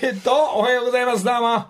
おはようございます。どうも。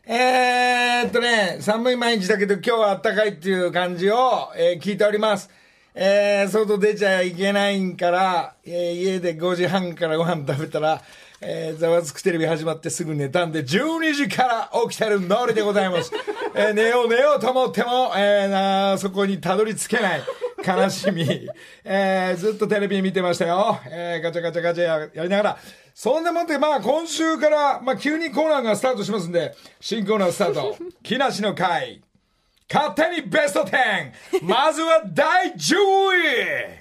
寒い毎日だけど今日は暖かいっていう感じを、聞いております。外出ちゃいけないから、家で5時半からご飯食べたら、ザワつくテレビ始まってすぐ寝たんで、12時から起きてるノリでございます。寝ようと思っても、そこにたどり着けない悲しみ。ずっとテレビ見てましたよ。ガチャガチャやりながら。そんでもって、今週から、急にコーナーがスタートしますんで、新コーナースタート。木梨の会。勝手にベスト 10! まずは第10位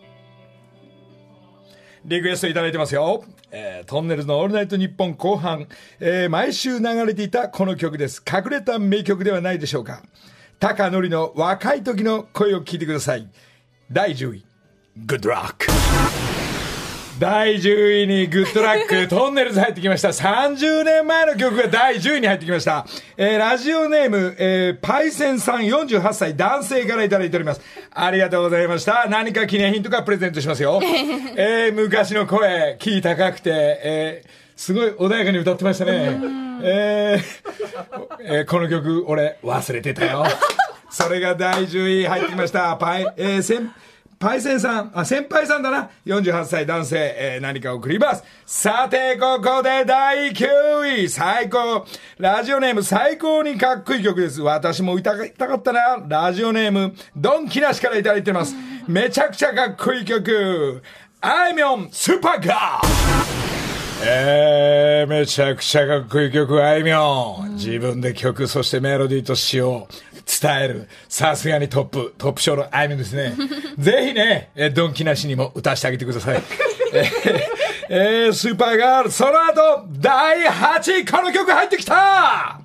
リクエストいただいてますよ。トンネルズのオールナイトニッポン後半、毎週流れていたこの曲です。隠れた名曲ではないでしょうか。タカノリの若い時の声を聞いてください。第10位 Good Luck。 第10位にグッドラックトンネルズ入ってきました。30年前の曲が第10位に入ってきました。ラジオネーム、パイセンさん48歳男性からいただいております。ありがとうございました。何か記念品とかプレゼントしますよ。昔の声キー高くて、すごい穏やかに歌ってましたね。この曲俺忘れてたよ。それが第10位入ってきました。パイセンさん、先輩さんだな。48歳男性、何か送ります。さて、ここで第9位。最高。ラジオネーム最高にかっこいい曲です。私も歌いたかったな。ラジオネーム、ドンキナシからいただいてます。めちゃくちゃかっこいい曲。あいみょん、スーパーガール。めちゃくちゃかっこいい曲、あいみょん。自分で曲、そしてメロディーと詩を伝える。さすがにトップ賞のあいみょんですね。ぜひね、ドンキなしにも歌してあげてください。スーパーガール、その後、第8位、この曲入ってきた。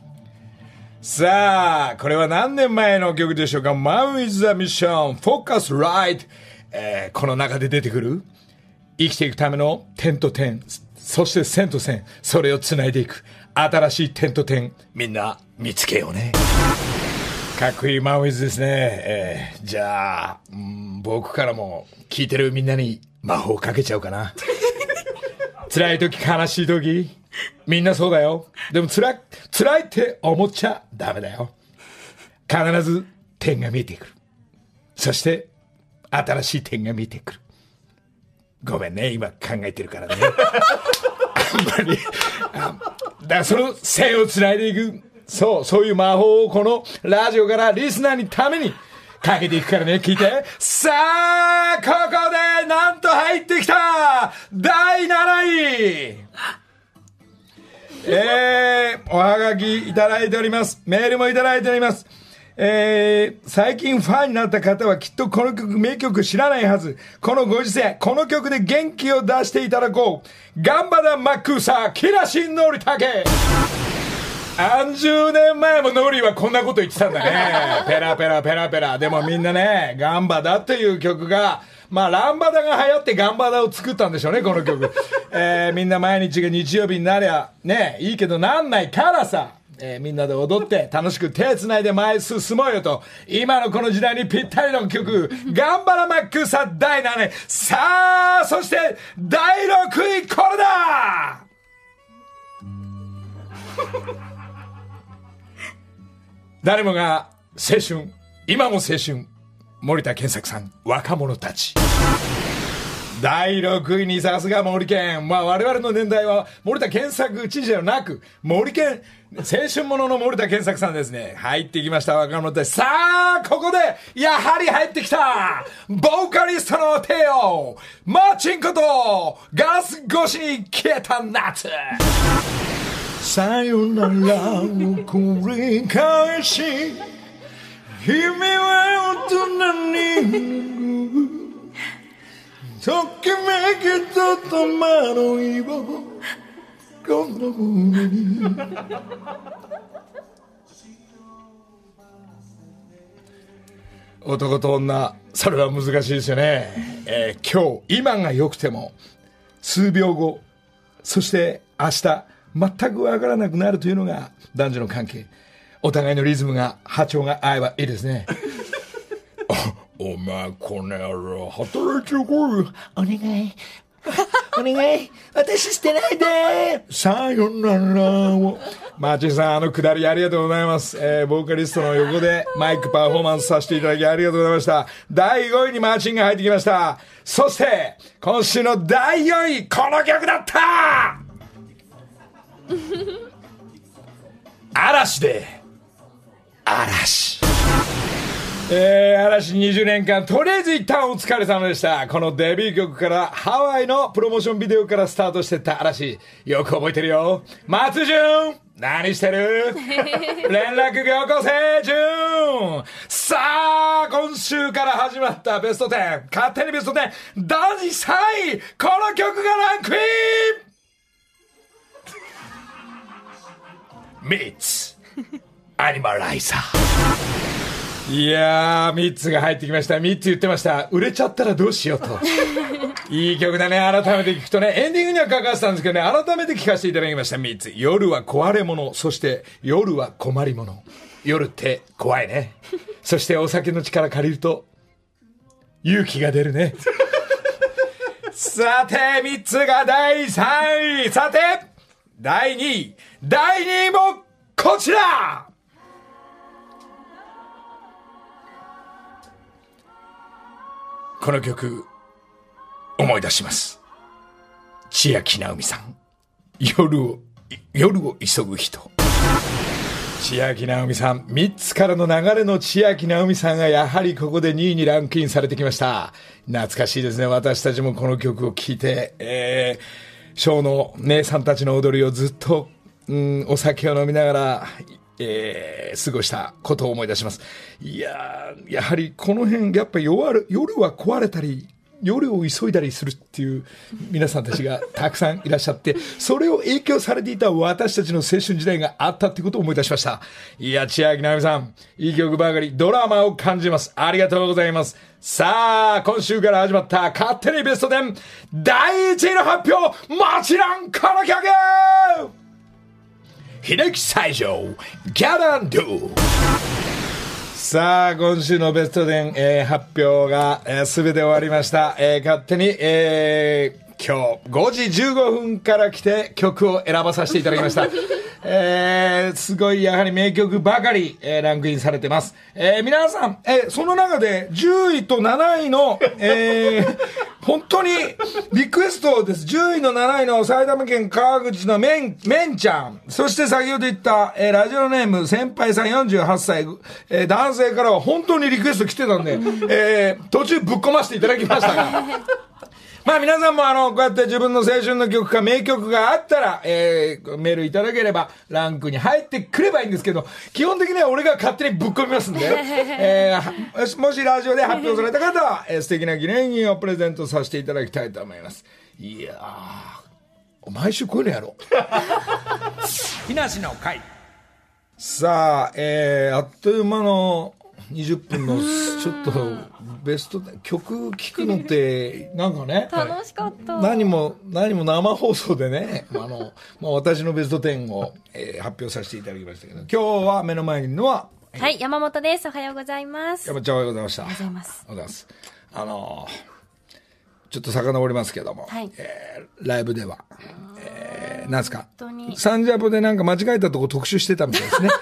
さあ、これは何年前の曲でしょうか。Man with the Mission, Focus Right。この中で出てくる生きていくための点と点、そして線と線、それを繋いでいく新しい点と点、みんな見つけようね。かっこいいマンウィズですね。じゃあ、僕からも聞いてるみんなに魔法かけちゃおうかな。辛い時、悲しい時、みんなそうだよ。でも辛いって思っちゃダメだよ。必ず点が見えてくる。そして新しい点が見えてくる。ごめんね、今考えてるからね。あんまりだからその線を繋いでいく、そういう魔法をこのラジオからリスナーにためにかけていくからね。聞いて。さあ、ここでなんと入ってきた第7位。おはがきいただいております。メールもいただいております。最近ファンになった方はきっとこの曲、名曲知らないはず。このご時世、この曲で元気を出していただこう。ガンバダマックーサー、木梨憲武。30年前もノリはこんなこと言ってたんだね。ペラペラ。でもみんなね、ガンバダっていう曲が、ランバダが流行ってガンバダを作ったんでしょうね、この曲。みんな毎日が日曜日になりゃ、ね、いいけどなんないからさ。みんなで踊って楽しく手つないで前進もうよと、今のこの時代にぴったりの曲、ガンバラマックーサ第7位。さあ、そして第6位、これだ。誰もが青春、今も青春、森田健作さん、若者たち。第6位にさすが森健。我々の年代は森田健作知事ではなく、森健、青春ものの森田健作さんですね。入ってきました、若者たち。さあ、ここで、やはり入ってきたボーカリストのテオ、マーチンことガラス越しに消えた夏。さよならを繰り返し、君は大人にときめきと戸惑いをこの胸に。男と女、それは難しいですよね。今が良くても数秒後、そして明日全くわからなくなるというのが男女の関係。お互いのリズムが波長が合えばいいですね。お前この野郎働いてこい。お願い。 お願い、私捨てないで。さよならを。マーチンさん、下りありがとうございます。ボーカリストの横でマイクパフォーマンスさせていただきありがとうございました。第5位にマーチンが入ってきました。そして、今週の第4位、この曲だった嵐で、嵐。嵐20年間、とりあえず一旦お疲れ様でした。このデビュー曲からハワイのプロモーションビデオからスタートしてった嵐。よく覚えてるよ。松潤何してる連絡よこせ潤。さあ、今週から始まったベスト10。勝手にベスト10。第3位、この曲がランクインミッツ、アニマライザー。いやー、ミッツが入ってきました。ミッツ言ってました。売れちゃったらどうしようと。いい曲だね。改めて聞くとね、エンディングには書かせたんですけどね、改めて聞かせていただきました。ミッツ。夜は壊れ物、そして夜は困り物。夜って怖いね。そしてお酒の力借りると勇気が出るね。さて、ミッツが第3位。さて、第2位。第2位もこちら。この曲、思い出します。千秋直美さん。夜を急ぐ人。千秋直美さん。3つからの流れの千秋直美さんがやはりここで2位にランクインされてきました。懐かしいですね。私たちもこの曲を聴いて、ショーの姉さんたちの踊りをずっと、お酒を飲みながら、過ごしたことを思い出します。いやー、やはりこの辺、やっぱり夜は壊れたり、夜を急いだりするっていう皆さんたちがたくさんいらっしゃって、それを影響されていた私たちの青春時代があったってことを思い出しました。いや、千秋直美さん、いい曲ばかり、ドラマを感じます。ありがとうございます。さあ、今週から始まった勝手にベスト10、第1位の発表、もちろんこの曲秀樹西条ギャランドゥ。さあ、今週のベスト10、発表が、全て終わりました。勝手に、今日5時15分から来て曲を選ばさせていただきました。すごいやはり名曲ばかり、ランクインされてます。皆さん、その中で10位と7位の、本当にリクエストです。10位の7位の埼玉県川口のめんちゃん。そして先ほど言った、ラジオネーム先輩さん48歳、男性からは本当にリクエスト来てたんで、途中ぶっ込ませていただきましたが。まあ皆さんもこうやって自分の青春の曲か名曲があったら、メールいただければランクに入ってくればいいんですけど、基本的には俺が勝手にぶっ込みますんで、もしラジオで発表された方は、素敵な記念品をプレゼントさせていただきたいと思います。いやー、毎週こういうのやろう。木梨の会。さあ、あっという間の20分のちょっとベスト曲聴くのってなんかね楽しかった。 何も生放送でね私のベスト10を、発表させていただきましたけど、今日は目の前にいるのははい、山本です。おはようございます。 山ちゃんおはようございました。 おはようございます。 おはようございます。ちょっと遡りますけども、 はい、 ライブでは、なんですかサンジャポでなんか間違えたとこ特集してたみたいですね。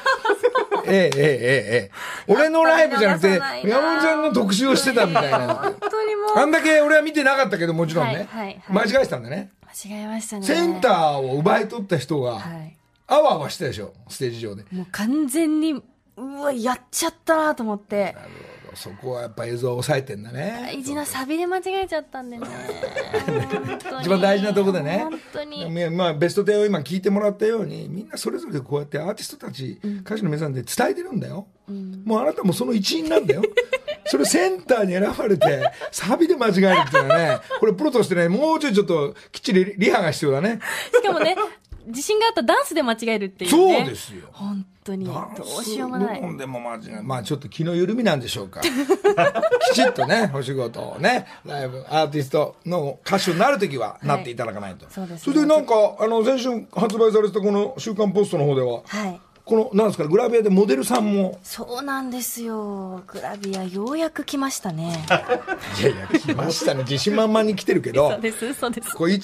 俺のライブじゃなくて山本ちゃんの特集をしてたみたいな。 本当にもうあんだけ俺は見てなかったけど、もちろんね、間違えてたんだね。 間違えましたね。 センターを奪い取った人が、あわあわしてたでしょ、ステージ上で。 もう完全にうわやっちゃったなと思って。 なるほど、そこはやっぱ映像を抑えてんだね。 大事なサビで間違えちゃったんでね。 一番大事なとこでね。 本当に。 まあベスト10を今聞いてもらったように、みんなそれぞれこうやってアーティストたち、歌手の皆さんで伝えてるんだよ。もうあなたもその一員なんだよ。それセンターに選ばれてサビで間違えるっていうのはね、これプロとしてね、もうちょっときっちりリハが必要だね。 しかもね、自信があったダンスで間違えるっていうね。 そうですよ。 本当にどうしようもない。 でも間違え、まあちょっと気の緩みなんでしょうか。きちっとね、お仕事をね、ライブアーティストの歌手になるときはなっていただかないと。 そうですね。 それでなんか先週発売されたこの週刊ポストの方では、 はい、 ここのなんですか、グラビアでモデルさんも。 そうなんですよ。グラビアようやく来ましたね。 いやいや、来ましたね。自信満々に来てるけど。 そうです、そうです。 こう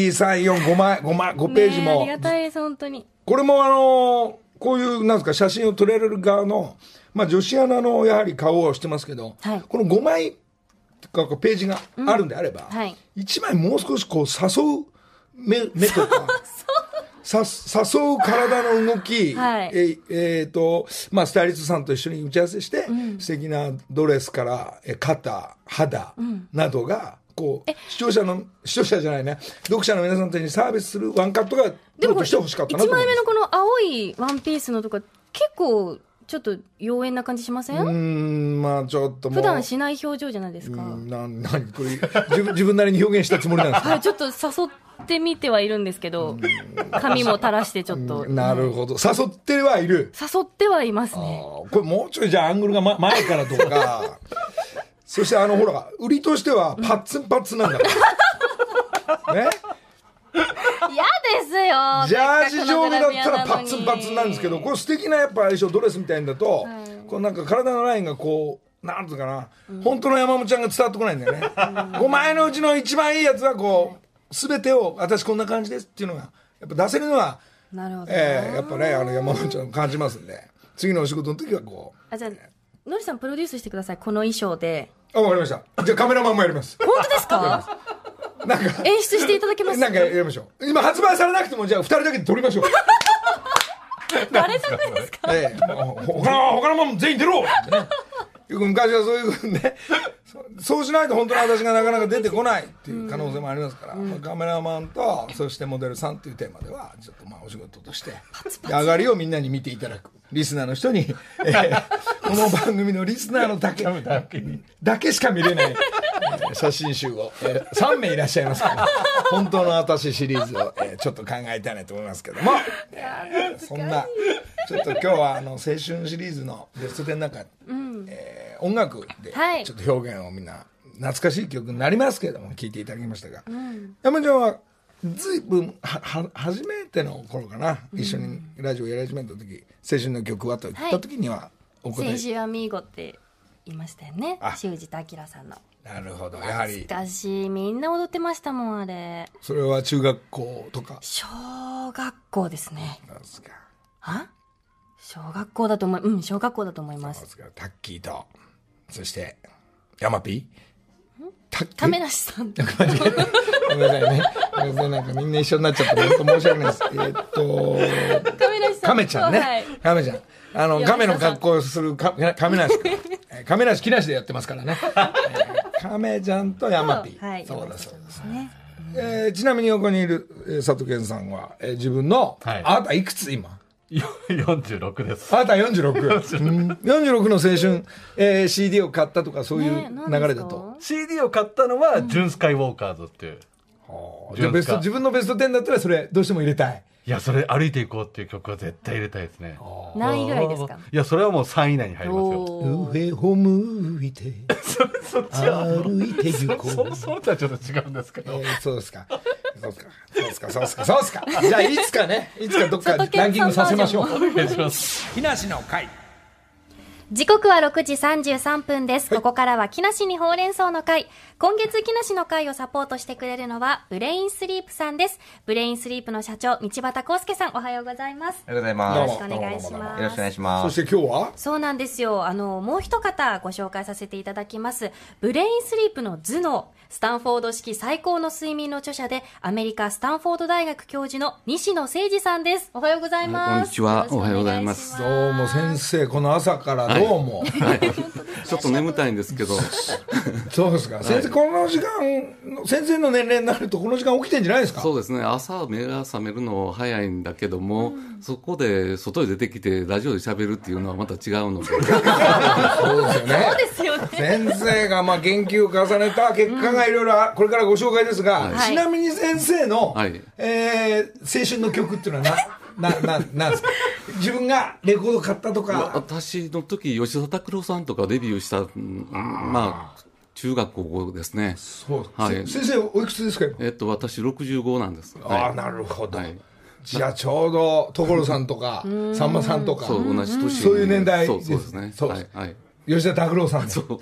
1、2、3、4、5ページも。 ありがたいです、本当に。 これもこういうなんですか、写真を撮られる側の、女子アナのやはり顔をしてますけど、 はい、 この5枚かページがあるんであれば、はい、1枚もう少しこう誘う目とか誘う体の動き、はい、スタイリストさんと一緒に打ち合わせして、素敵なドレスから肩、肌などが、こう視聴者じゃないね、読者の皆さんたちにサービスするワンカットがプロとして欲しかったなと思います。 1枚目のこの青いワンピースのとか結構ちょっと妖艶な感じしません？ ちょっともう普段しない表情じゃないですか。 これ自分なりに表現したつもりなんですか？ はい、ちょっと誘ってみてはいるんですけど、髪も垂らしてちょっと。 なるほど、誘ってはいる。 誘ってはいますね。 これもうちょいじゃあアングルが、前からとかそしてほら、売りとしてはパッツンパッツンなんだからね。 嫌ですよ。 ジャージ上下だったらパッツンパッツンなんですけど、これ素敵なやっぱ相性、ドレスみたいんだと、こうなんか体のラインがこう、なんていうかな、本当の山本ちゃんが伝わってこないんだよね。5枚のうちの一番いいやつはこう、すべてを私こんな感じですっていうのが、やっぱ出せるのは、 なるほど、 やっぱね、山本ちゃん感じますんで、次のお仕事の時はこう。 じゃあ、のりさんプロデュースしてください、この衣装で。 わかりました。じゃあカメラマンもやります。 本当ですか？なんか演出していただけます？ なんかやりましょう。今発売されなくても、じゃあ2人だけで撮りましょう。 誰得ですか？ 他のもん全員出ろってね。よく昔はそういうふうにね、そうしないと本当に私がなかなか出てこないっていう可能性もありますから、カメラマンとそしてモデルさんっていうテーマではちょっとお仕事として上がりをみんなに見ていただく、リスナーの人に、この番組のリスナーのだけしか見れない写真集を、3名いらっしゃいますから、本当の私シリーズを、ちょっと考えたいなと思いますけども、そんなちょっと今日は青春シリーズのベスト10の中、音楽でちょっと表現をみんな懐かしい曲になりますけれども聴いていただきましたが、山ちゃんはずいぶん初めての頃かな、一緒にラジオやり始めた時、青春の曲はと言った時にはお答え、青春アミーゴって言いましたよね、修二と明さんの。 なるほど、やはり懐かしい、みんな踊ってましたもん、あれ。 それは中学校とか？ 小学校ですね。 なんですか？ 小学校だと思い、小学校だと思います。 そうですか。タッキーと、そしてヤマピー、 亀梨さん。 ごめんなさいね。ごめんなさいね。なんかみんな一緒になっちゃって本当申し訳ないです。 亀梨さん。 亀ちゃんね。はい、亀ちゃん。亀の格好をする亀梨。亀梨木梨でやってますからね。亀ちゃんとヤマピー。はい、そうだそうですね。ちなみに横にいる佐藤健さんは、自分の、あなたいくつ今 ？46です。 あなた46。46の青春、CD を買ったとかそういう流れだと。 CD を買ったのは、ジュンスカイウォーカーズっていう。 じゃあ自分のベスト10だったらそれどうしても入れたい？ いや、それ歩いていこうっていう曲は絶対入れたいですね。 何位ぐらいですか？ いや、それはもう3位以内に入りますよ。 上を向いてそっちは歩いて行こう。 それとはちょっと違うんですけど。 そうですか。じゃあいつかどっかランキングさせましょう。お願いします。木梨の会。 時刻は6時33分です。ここからは木梨にほうれん草の会。今月木梨の会をサポートしてくれるのはブレインスリープさんです。ブレインスリープの社長、道端康介さん、おはようございます。 おはようございます。 よろしくお願いします。 よろしくお願いします。 そして今日はそうなんですよ。もう一方ご紹介させていただきます。ブレインスリープの頭脳、スタンフォード式最高の睡眠の著者で、アメリカスタンフォード大学教授の西野誠二さんです。おはようございます。 こんにちは。おはようございます。 どうも先生、この朝からどうも。 ちょっと眠たいんですけど。 そうですか。先生、この時間、先生の年齢になるとこの時間起きてんじゃないですか？ そうですね。朝目が覚めるの早いんだけども、そこで外に出てきてラジオで喋るっていうのはまた違うので。そうですよね。そうですよね。 先生が研究を重ねた結果がいろいろこれからご紹介ですが、ちなみに先生の、青春の曲っていうのはなんですか？自分がレコード買ったとか。 私の時吉田拓郎さんとかデビューした、中学校ですね。 そう、はい、先生おいくつですか？ 私65なんです。 なるほど。 じゃあちょうど所さんとかさんまさんとかそう同じ年そういう年代そうですね。 そうはいはい。 吉田拓郎さんもそう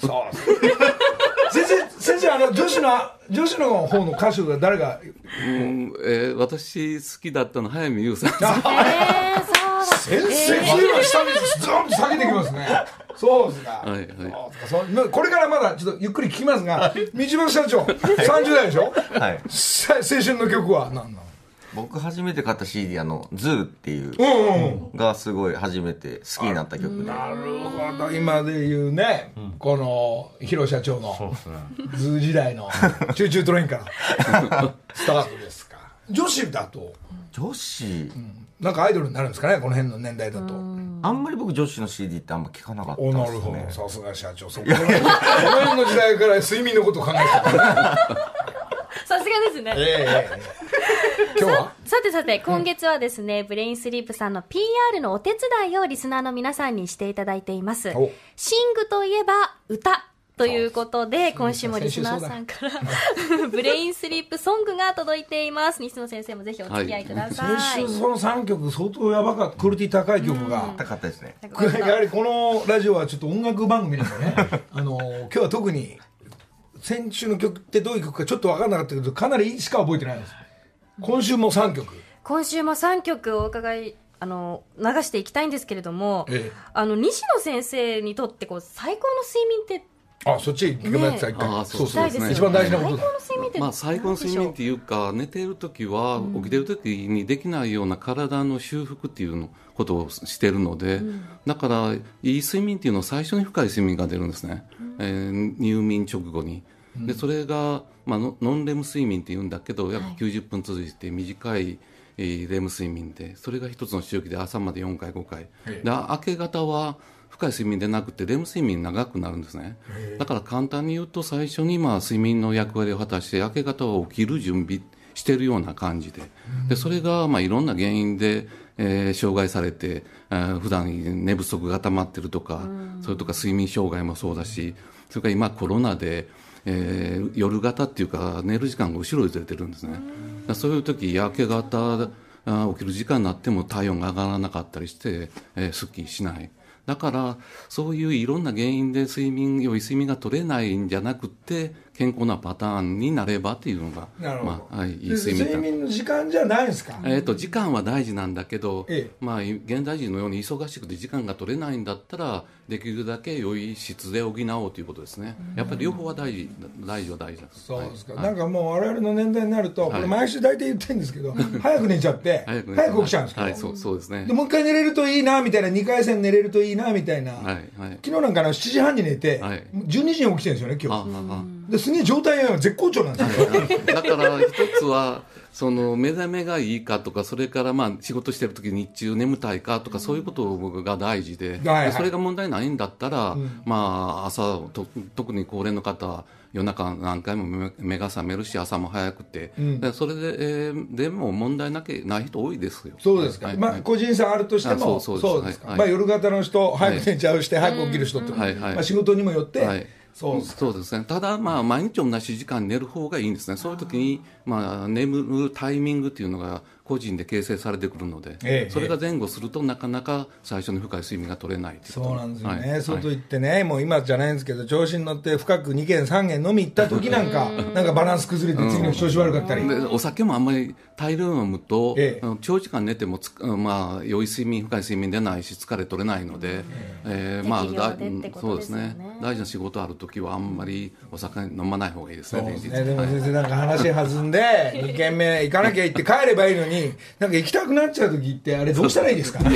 先生女子の方の歌手が誰が私好きだったの早見優さん。 そうだ。 先生そういうの下にズーンと下げてきますね。そうですか。 はいはい。 そうこれからまだちょっとゆっくり聞きますが、道端社長30代でしょ。 はい。 青春の曲は何なの？ 僕初めて買った CD ズーっていうがすごい初めて好きになった曲で。 なるほど。今で言うね、この広社長のズー時代のチューチュートレインからスタートですか。女子だと女子、 なんかアイドルになるんですかね、この辺の年代だと。 あんまり僕女子の CD ってあんま聞かなかったですね。 なるほど。さすが社長。この辺の時代から睡眠のことを考えてた。 さすがですね。 今日はさて今月はですね、ブレインスリープさんの PR のお手伝いをリスナーの皆さんにしていただいています。シングといえば歌ということで、今週もリスナーさんからブレインスリープソングが届いています。西野先生もぜひお付き合いください。 先週その3曲相当やばかった、クオリティ高い曲が高かったですね。 やはりこのラジオはちょっと音楽番組なんでね今日は特に先週の曲ってどういう曲かちょっと分からなかったけど、かなりしか覚えてないです。今週も3曲お伺い流していきたいんですけれども、西野先生にとって最高の睡眠ってそっち行きますか。 そうですね。 一番大事なことだ。 最高の睡眠っていうか、寝ている時は起きている時にできないような体の修復っていうことをしているので、だからいい睡眠っていうのは最初に深い睡眠が出るんですね。入眠直後に。でそれが、ノンレム睡眠っていうんだけど、約90分続いて短いレム睡眠で、それが一つの周期で朝まで4回5回で、明け方は深い睡眠でなくてレム睡眠長くなるんですね。だから簡単に言うと、最初に睡眠の役割を果たして明け方は起きる準備しているような感じで、それがいろんな原因で障害されて、普段寝不足が溜まってるとか、それとか睡眠障害もそうだし、それから今コロナで夜型っていうか寝る時間が後ろにずれてるんですね。そういう時明け方起きる時間になっても体温が上がらなかったりして、すっきりしない。だからそういういろんな原因で良い睡眠が取れないんじゃなくて、健康なパターンになればっていうのが、いい睡眠の時間じゃないんですか。 時間は大事なんだけど、現代人のように忙しくて時間が取れないんだったら、できるだけ良い質で補おうということですね。やっぱり両方は大事だ。 そうですか。なんかもう我々の年代になると、これ毎週大体言ってるんですけど、早く寝ちゃって早く起きちゃうんですけど、 そうですね。 でもう一回寝れるといいなみたいな、2回戦寝れるといいなみたいな。昨日なんか7時半に寝て12時に起きてるんですよね、今日。ですげえ状態が絶好調なんですよ。 だから一つは目覚めがいいかとか、それから仕事してる時日中眠たいかとか、そういうことが大事で、それが問題ないんだったら、朝特に高齢の方は夜中何回も目が覚めるし、朝も早くて、それで、でも問題ない人多いですよ。 そうですか。個人差あるとしてもそうですか。夜型の人、早く寝ちゃうして早く起きる人って仕事にもよってそうですね。ただ毎日同じ時間に寝る方がいいんですね。そういう時に眠るタイミングっていうのが個人で形成されてくるので、それが前後するとなかなか最初に深い睡眠が取れないということ。 そうなんですよね。そうと言ってね、もう今じゃないんですけど、調子に乗って深く2軒3軒飲み行った時なんかなんかバランス崩れて次の日調子悪かったり、 お酒もあんまり大量に飲むと、長時間寝ても良い睡眠深い睡眠出ないし疲れ取れないので、そうですね。大事な仕事ある時はあんまりお酒飲まない方がいいですね。 でも先生なんか話弾んで2軒目行かなきゃ行って帰ればいいのに、なんか行きたくなっちゃう時ってあれどうしたらいいですか。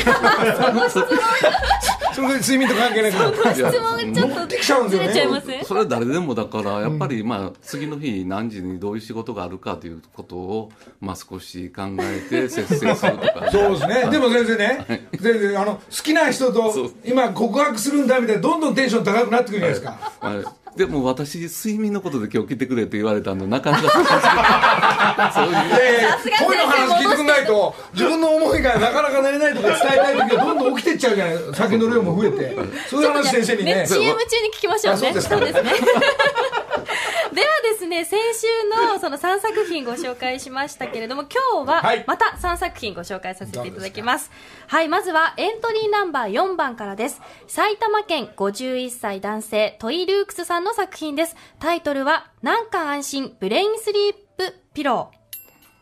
それ睡眠と関係なくなって質問がちょっとずれちゃいますね。 それは誰でもだから、やっぱり次の日何時にどういう仕事があるかということを少し考えて節制するとか。 そうですね。でも先生ね、全然好きな人と今告白するんだみたいな、どんどんテンション高くなってくるじゃないですか。 でも私睡眠のことで今日来てくれって言われたのなかなかそういう声の話聞いてくんないと、自分の思いがなかなか寝れないとか伝えたい時はどんどん起きてっちゃうじゃない。酒の量も増えて、そういう話先生にね。 CM 中に聞きましょうね。そうですね。ではですね、先週のその3作品ご紹介しましたけれども、今日はまた3作品ご紹介させていただきます。はい、まずはエントリーナンバー4番からです。埼玉県51歳男性トイ・ルークスさんの作品です。タイトルはなんか安心ブレインスリープピロー。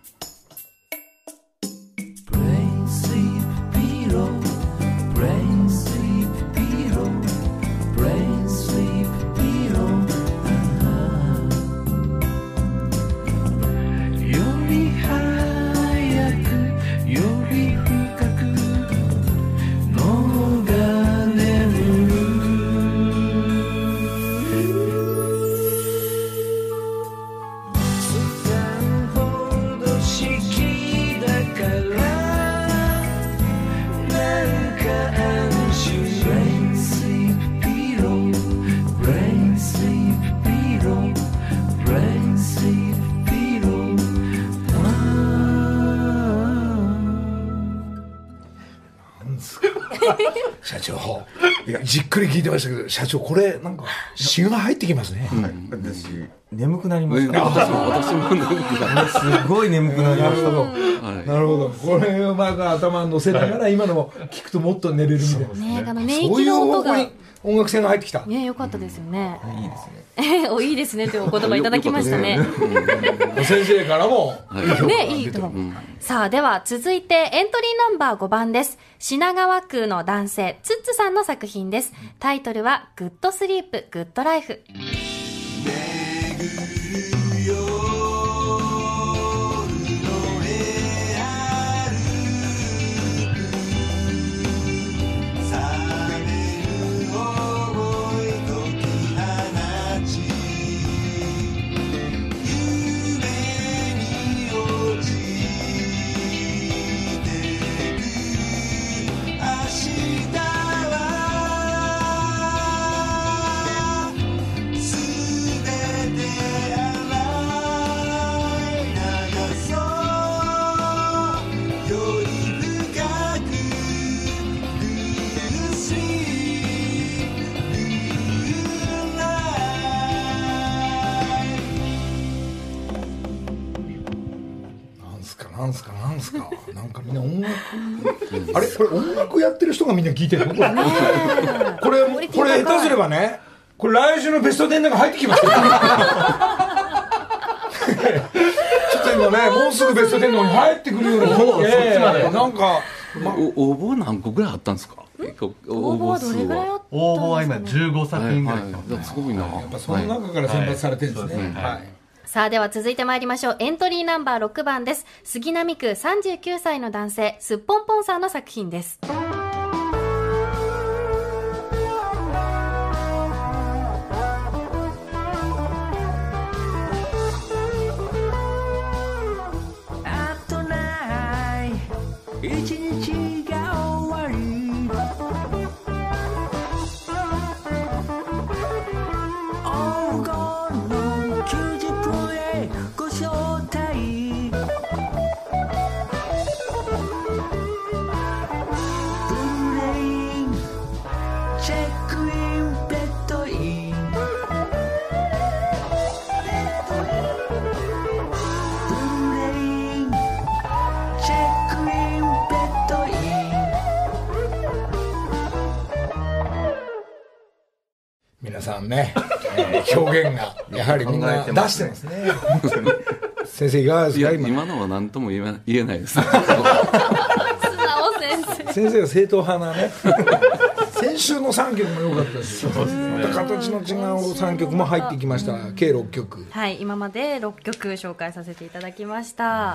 社長、いやじっくり聞いてましたけど、社長これなんか血が入ってきますね。 私眠くなりました。 私も眠くなりました。 すごい眠くなりました。 なるほど。これを頭に乗せながら今のも聞くともっと寝れるみたいな。 ね、寝息の音が。 音楽性が入ってきた。 ね、よかったですよね。 いいですね。 お、いいですねというお言葉いただきましたね。 先生からもね、いいと思う。さあ、では続いてエントリーナンバー5番です。品川区の男性ツッツさんの作品です。タイトルはグッドスリープグッドライフ。 なんかみんな音楽あれこれ音楽やってる人がみんな聞いてるのこれ下手すればね、これ来週のベスト10なんか入ってきますよちょっと今ね、もうすぐベスト10のに入ってくるような、そっちまでなんか、 応募何個ぐらいあったんですか？ 応募はどれぐらいあったんですか？ 応募は今15作品ぐらいですね。 すごいな。 やっぱその中から選抜されてるんですね。 さあ、では続いて参りましょう。エントリーナンバー6番です。杉並区39歳の男性すっぽんぽんさんの作品です。 あとない一日が終わり、黄金の90分へご招待、ブレインチェックインベッドイン、ブレインチェックインベッドイン。 皆さんね、表現がやはりみんな出してますね。先生いかがですか？ 今のは何とも言えないです。 素直先生。 先生が正統派なね。先週の3曲も良かったですよ。また形の違う3曲も入ってきました。計6曲。 はい、今まで6曲紹介させていただきました。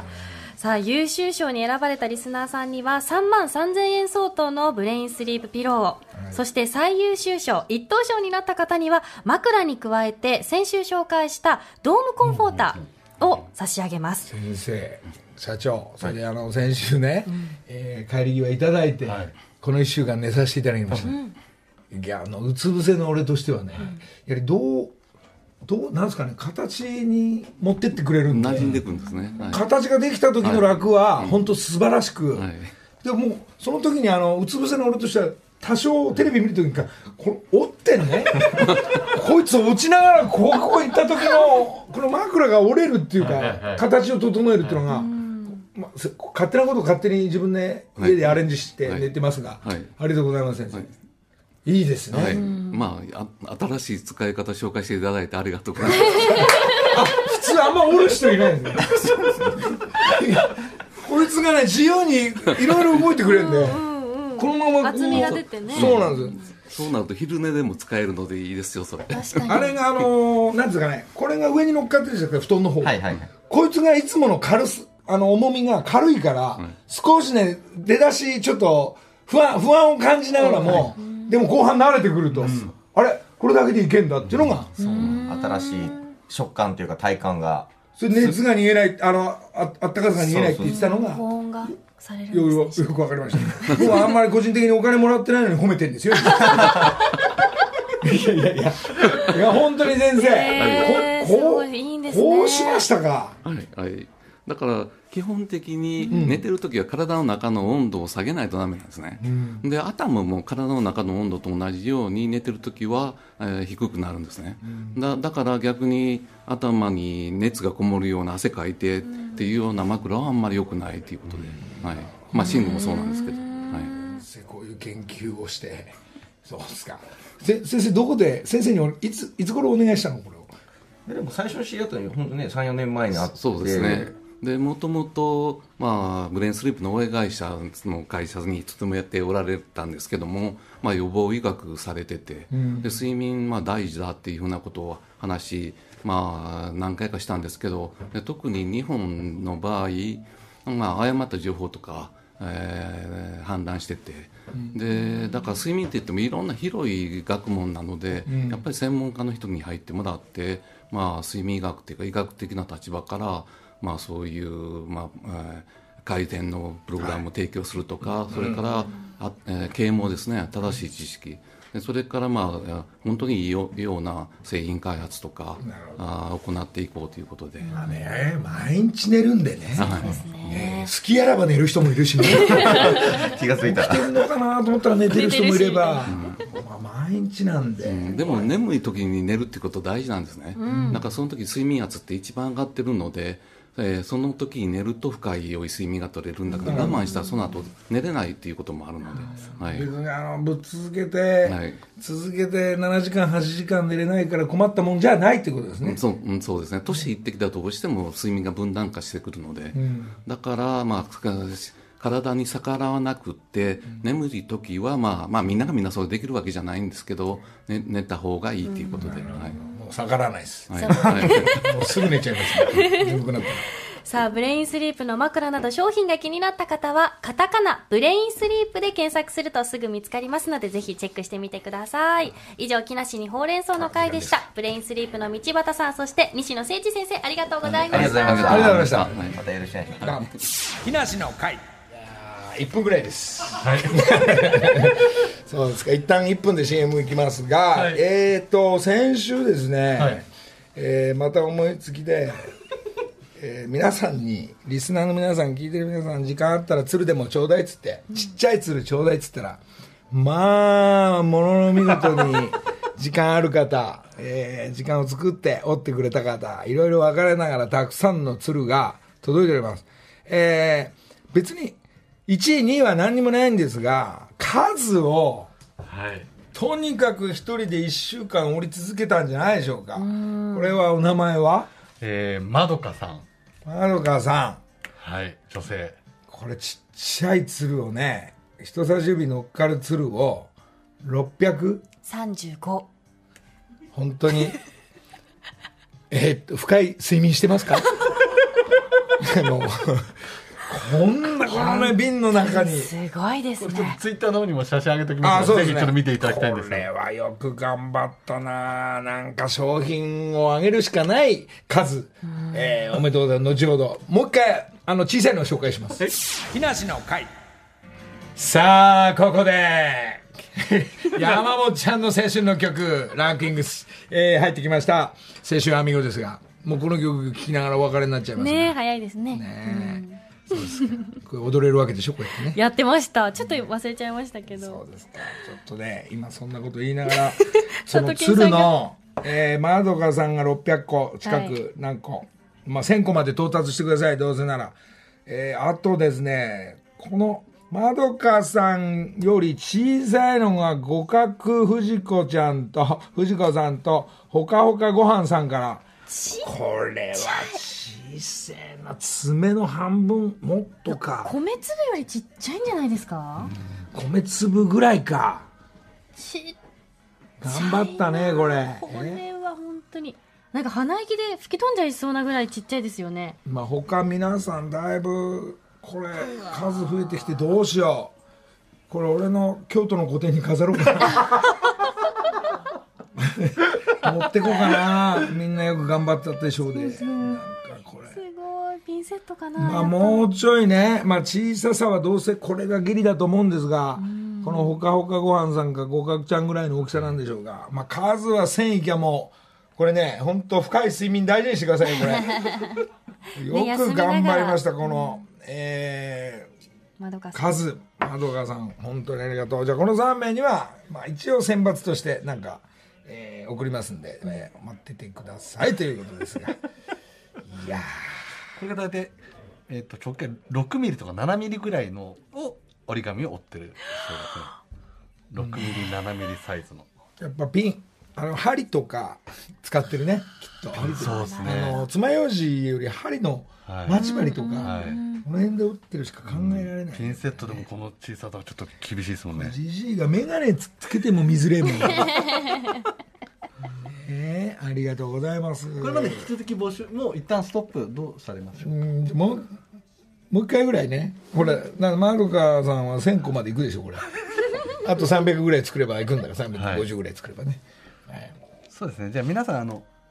さあ、優秀賞に選ばれたリスナーさんには3万3000円相当のブレインスリープピローを、そして最優秀賞1等賞になった方には枕に加えて先週紹介したドームコンフォーターを差し上げます。 先生、社長、それで先週ね、帰り際いただいて、この1週間寝させていただきました。いや、うつ伏せの俺としてはね、やはりどうなんですかね、形に持ってってくれるんで、 馴染んでいくんですね。 形ができた時の楽は本当素晴らしく、でももうその時にうつ伏せの俺としては多少テレビ見る時にこれ折って線ねこいつ落ちながらここ行った時のこの枕が折れるっていうか、形を整えるっていうのが、勝手なことを勝手に自分で家でアレンジして寝てますが、ありがとうございます先生、いいですね、 まあ新しい使い方紹介していただいてありがとうございます普通あんま折る人いないんですねこいつがね自由にいろいろ動いてくれるんでこのまま厚みが出てね。 そうなんですよ。 そうなると昼寝でも使えるのでいいですよそれ。 確かに。 あれがなんですかね、これが上に乗っかってるんですけど布団の方、 はいはいはい。 こいつがいつもの重みが軽いから、少しね出だしちょっと不安を感じながらも、でも後半慣れてくると、あれこれだけでいけんだっていうのが、 新しい食感というか体感が。 それ熱が逃げないあったかさが逃げないって言ってたのが保温がされるんですね。 よくわかりました僕はあんまり個人的にお金もらってないのに褒めてるんですよいや本当に先生、 すごいいいんですね。 こうしましたか。 はいだから基本的に寝てるときは体の中の温度を下げないとダメなんですね、で頭も体の中の温度と同じように寝てるときは、低くなるんですね、だから逆に頭に熱がこもるような汗かいてっていうような枕はあんまり良くないということで、まあ寝具もそうなんですけど、 こういう研究をして。そうですか。先生どこで先生にいつ頃お願いしたのこれを。 でも最初の知り合ったのに本当ね 3,4 年前にあって。 そうですね。でもともとブレインスリープの親会社の会社に勤めておられたんですけども、予防医学されてて、で睡誤大事だっていうふうなことを話し、何回かしたんですけど、で特に日本の場合、誤った情報とか、判断してて、でだから睡眠って言ってもいろんな広い学問なので、やっぱり専門家の人に入ってもらって、睡眠医学っていうか医学的な立場からそういう、改善のプログラムを提供するとか、それから啓蒙ですね、正しい知識で、それから本当にいいような製品開発とか行っていこうということで、 毎日寝るんでね、好きやらば寝る人もいるしね気がついた起きてるのかなと思ったら寝てる人もいれば、毎日なんで、 でも眠い時に寝るってこと大事なんですね、だからその時睡眠圧って一番上がってるので、その時に寝ると深い良い睡眠が取れるんだけど、我慢したらその後寝れないっていうこともあるので、 別にぶっ続けて、7時間8時間寝れないから困ったもんじゃないってことですね。 そうですね。年いってきたらどうしても睡眠が分断化してくるので、だから体に逆らわなくって、眠い時はみんながみんなそれできるわけじゃないんですけど、寝た方がいいということで、 もう逆らわないです、もうすぐ寝ちゃいますね眠くなったら。 さあ、ブレインスリープの枕など商品が気になった方は、カタカナ、ブレインスリープで検索するとすぐ見つかりますので、ぜひチェックしてみてください。以上、木梨にほうれん草の会でした。ブレインスリープの道端さん、そして西野誠二先生、ありがとうございました。 ありがとうございました。 ありがとうございました。 またよろしくお願いします。 木梨の会1分ぐらいです、そうですか。一旦1分で CM いきますが、先週ですね、また思いつきで、皆さんにリスナーの皆さん、聞いてる皆さん、時間あったら鶴でもちょうだいっつって、ちっちゃい鶴ちょうだいっつったら、ものの見事に時間ある方、時間を作って折ってくれた方、いろいろ分かれながらたくさんの鶴が届いております。別に1位2位は何にもないんですが、数を、とにかく一人で1週間折り続けたんじゃないでしょうか。これはお名前はまどかさん。 まどかさん。女性。 これちっちゃい鶴をね、人差し指乗っかる鶴を 635。 本当に深い睡眠してますかこんなこのね瓶の中にすごいですね。 ツイッターの方にも写真上げておきますので、ぜひちょっと見ていただきたいんですが、 これはよく頑張ったな。なんか商品を上げるしかない数、おめでとうございます。後ほどもう一回小さいのを紹介します。木梨の会。さあここで山本ちゃんの青春の曲ランキング入ってきました。青春アミゴですが、もうこの曲聴きながらお別れになっちゃいますね。 早いですね。 これ踊れるわけでしょこうやってね。 やってました。ちょっと忘れちゃいましたけど。 そうですか。ちょっとね今そんなこと言いながらその佐藤健さんが鶴の、まどかさんが600個近く何個、まあ1000個まで到達してくださいどうせなら。あとですねこのまどかさんより小さいのが五角藤子ちゃんと藤子さんとほかほかごはんさんから。これは小さいな。爪の半分もっとか。 米粒よりちっちゃいんじゃないですか？ 米粒ぐらいか。 ち頑張ったねこれ。 これは本当になんか鼻息で吹き飛んじゃいそうなぐらいちっちゃいですよね。 まあ他皆さんだいぶこれ数増えてきてどうしよう。これ俺の京都の個展に飾ろうかな持ってこうかな。みんなよく頑張ったでしょうで。なんかこれすごいピンセットかな。 まあもうちょいね、まあ小ささはどうせこれがギリだと思うんですが、このほかほかごはんさんか五角ちゃんぐらいの大きさなんでしょうが、まあ数は1000いきゃもうこれね本当深い睡眠大事にしてくださいよこれよく頑張りましたこのまどかさん数まどかさん本当にありがとう。じゃあこの3名には、まあ、一応選抜としてなんか、送りますんで、待っててくださいということですがいやこれが大体、直径6ミリとか7ミリぐらいの折り紙を折ってるそうですね。6ミリ7ミリサイズのやっぱピン針とか使ってるねきっと。針とかそうですね。 爪楊枝より針の待ち針とか、この辺で折ってるしか考えられない、 ピンセットでもこの小ささはちょっと厳しいですもんね。 じじいが眼鏡つけても見づれえもんありがとうございます。 これまで引き続き募集もう一旦ストップどうされましょう。 もう一回ぐらいね。これまどかさんは1000個までいくでしょこれあと300ぐらい作ればいくんだから350ぐらい作ればね、 そうですね。じゃあ皆さん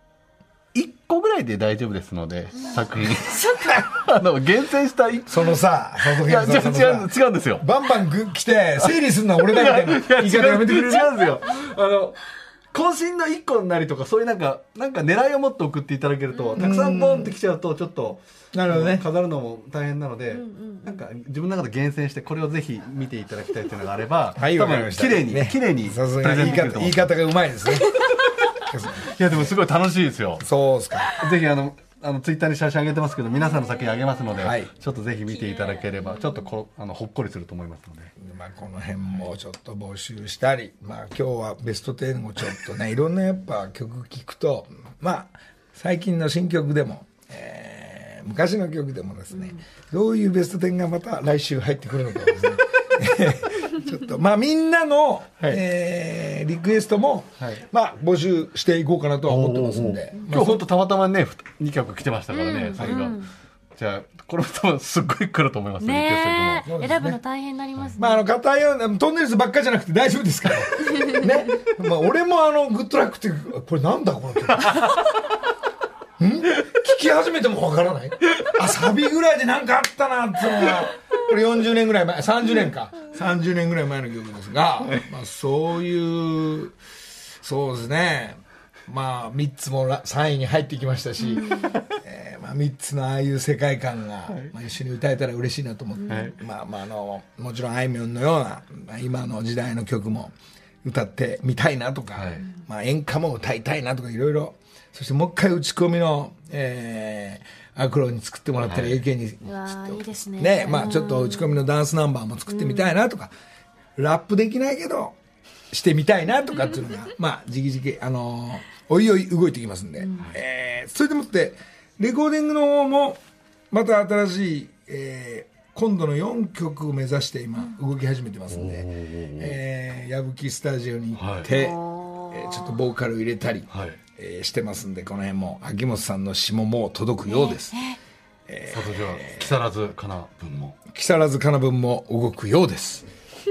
1個ぐらいで大丈夫ですので、作品厳選したそのさいや違うんですよ。 バンバン来て整理するのは俺だみたいな言い方やめてくれる。 違うんですよ。渾身の1個なりとかそういうなんか狙いを持って送っていただけると、たくさんボンってきちゃうとちょっとなるほどね飾るのも大変なので、なんか自分の中で厳選してこれをぜひ見ていただきたいっていうのがあれば、 はい、 多分綺麗にさすプレゼンできると思う。 言い方がうまいですねいやでもすごい楽しいですよ。 そうですか。 ぜひツイッターに写真上げてますけど、皆さんの作品上げますので、 はい、 ちょっとぜひ見ていただければちょっとほっこりすると思いますので、 まあ、この辺もちょっと募集したり、まあ、今日はベスト10をちょっとねいろんなやっぱ曲聴くと、まあ最近の新曲でも、昔の曲でもですね、どういうベスト10がまた来週入ってくるのかですねちょっとまあみんなの、リクエストも、まあ募集していこうかなとは思ってますんで、 今日本当たまたまね2曲来てましたからね、それが、じゃあこれも多分すっごい来ると思いますね。 ねえ、選ぶの大変になりますね。 まあ硬いようなトンネルズばっかじゃなくて大丈夫ですからね。まあ俺もグッドラックってこれなんだこの曲聞き始めてもわからない。サビぐらいで何かあったなっていうのがこれ40年ぐらい前30年か30年ぐらい前の曲ですが、まあそういうそうですね。まあ3つも3位に入ってきましたし、まあ3つのああいう世界観が、まあ、一緒に歌えたら嬉しいなと思って、まあもちろんあいみょんのような、まあ、今の時代の曲も歌ってみたいなとか、まあ演歌も歌いたいなとかいろいろ、そしてもう一回打ち込みの、アクロに作ってもらったり、AK にいいですね、まあちょっと打ち込みのダンスナンバーも作ってみたいなとか、ラップできないけどしてみたいなとかっていうのがまあじきじきおいおい動いてきますんで、それでもってレコーディングの方もまた新しい、今度の4曲を目指して今動き始めてますんで、矢吹スタジオに行って、ちょっとボーカル入れたり、してますんで、この辺も秋元さんの詩ももう届くようです。 さとじゃあ木更津かな分も動くようです。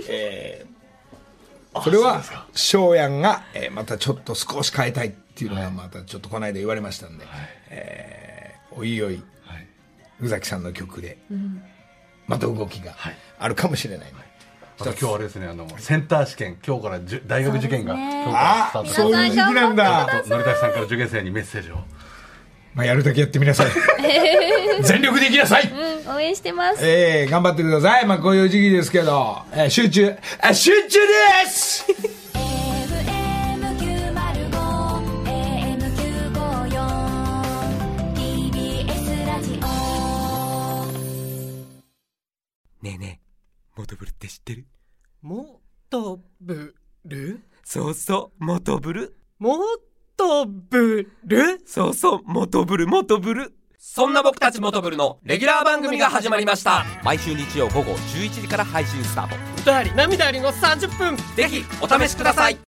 それは翔やんが、またちょっと少し変えたいっていうのがまたちょっとこの間言われましたんで、おいおい、宇崎さんの曲でまた動きがあるかもしれない、 今日あれですね、センター試験、今日から大学受験が今日からスタートそういう時期なんだ。 のりたけさんから受験生にメッセージをまあ、やるだけやってみなさい。全力でいきなさい。 応援してます。 頑張ってください。まあ、こういう時期ですけど、集中ですねえねえ、モトブルって知ってる？ モトブル？ そうそう、モトブル。 モトブル？ そうそう、モトブル。そんな僕たちモトブルのレギュラー番組が始まりました。毎週日曜午後11時から配信スタート。 歌あり涙ありの30分。 ぜひお試しください。